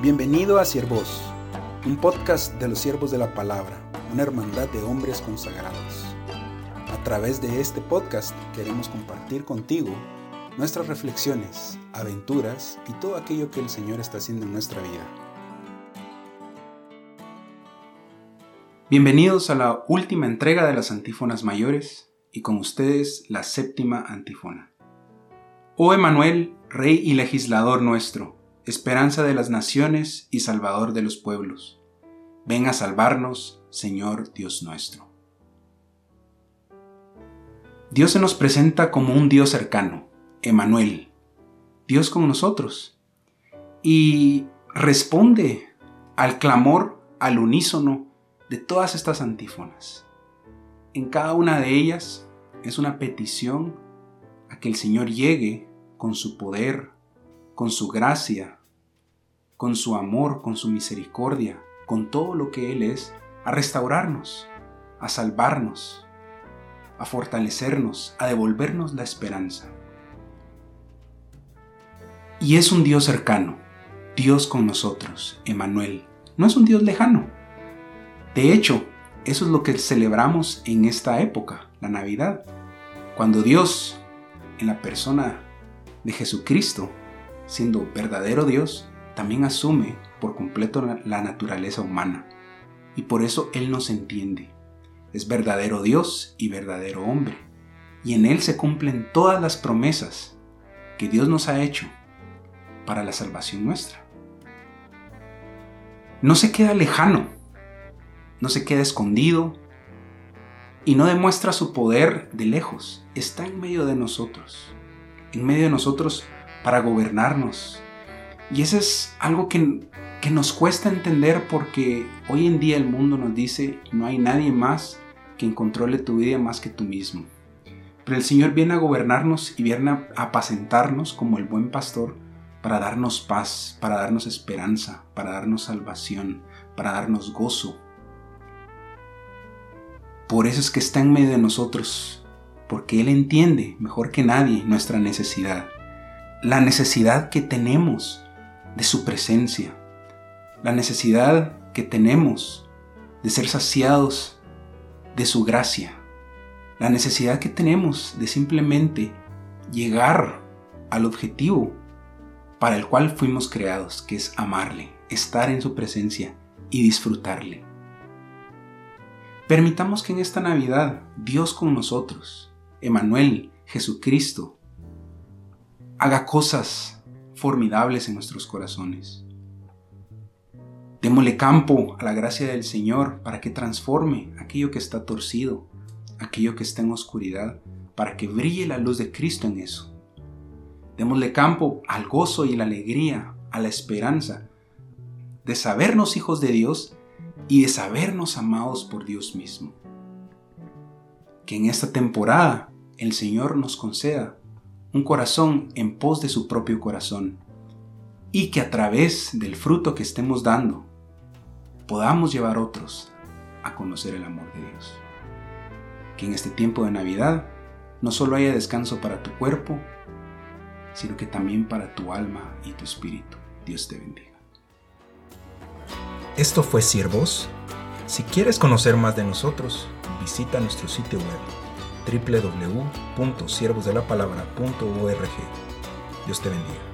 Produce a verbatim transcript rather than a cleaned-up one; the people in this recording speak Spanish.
Bienvenido a Siervos, un podcast de los siervos de la palabra, una hermandad de hombres consagrados. A través de este podcast queremos compartir contigo nuestras reflexiones, aventuras y todo aquello que el Señor está haciendo en nuestra vida. Bienvenidos a la última entrega de las antífonas mayores y con ustedes la séptima antífona. Oh Emmanuel, Rey y Legislador nuestro, esperanza de las naciones y Salvador de los pueblos, ven a salvarnos, Señor Dios nuestro. Dios se nos presenta como un Dios cercano, Emmanuel, Dios con nosotros, y responde al clamor, al unísono de todas estas antífonas. En cada una de ellas es una petición a que el Señor llegue con su poder, con su gracia, con su amor, con su misericordia, con todo lo que Él es, a restaurarnos, a salvarnos, a fortalecernos, a devolvernos la esperanza. Y es un Dios cercano, Dios con nosotros, Emmanuel. No es un Dios lejano. De hecho, eso es lo que celebramos en esta época, la Navidad, cuando Dios, en la persona de Jesucristo, siendo verdadero Dios, también asume por completo la naturaleza humana. Y por eso Él nos entiende. Es verdadero Dios y verdadero hombre. Y en Él se cumplen todas las promesas que Dios nos ha hecho para la salvación nuestra. No se queda lejano, no se queda escondido y no demuestra su poder de lejos. Está en medio de nosotros, en medio de nosotros para gobernarnos. Y eso es algo que, que nos cuesta entender, porque hoy en día el mundo nos dice: no hay nadie más que controle tu vida más que tú mismo. Pero el Señor viene a gobernarnos y viene a apacentarnos como el buen pastor para darnos paz, para darnos esperanza, para darnos salvación, para darnos gozo. Por eso es que está en medio de nosotros, porque Él entiende mejor que nadie nuestra necesidad. La necesidad que tenemos de su presencia, la necesidad que tenemos de ser saciados de su gracia, la necesidad que tenemos de simplemente llegar al objetivo para el cual fuimos creados, que es amarle, estar en su presencia y disfrutarle. Permitamos que en esta Navidad Dios con nosotros, Emmanuel, Jesucristo, haga cosas formidables en nuestros corazones. Démosle campo a la gracia del Señor para que transforme aquello que está torcido, aquello que está en oscuridad, para que brille la luz de Cristo en eso. Démosle campo al gozo y la alegría, a la esperanza de sabernos hijos de Dios y de sabernos amados por Dios mismo. Que en esta temporada el Señor nos conceda un corazón en pos de su propio corazón, y que a través del fruto que estemos dando podamos llevar a otros a conocer el amor de Dios. Que en este tiempo de Navidad no solo haya descanso para tu cuerpo, sino que también para tu alma y tu espíritu. Dios te bendiga. Esto fue Siervos. Si quieres conocer más de nosotros, visita nuestro sitio web doble u doble u doble u punto siervos de la palabra punto org. Dios te bendiga.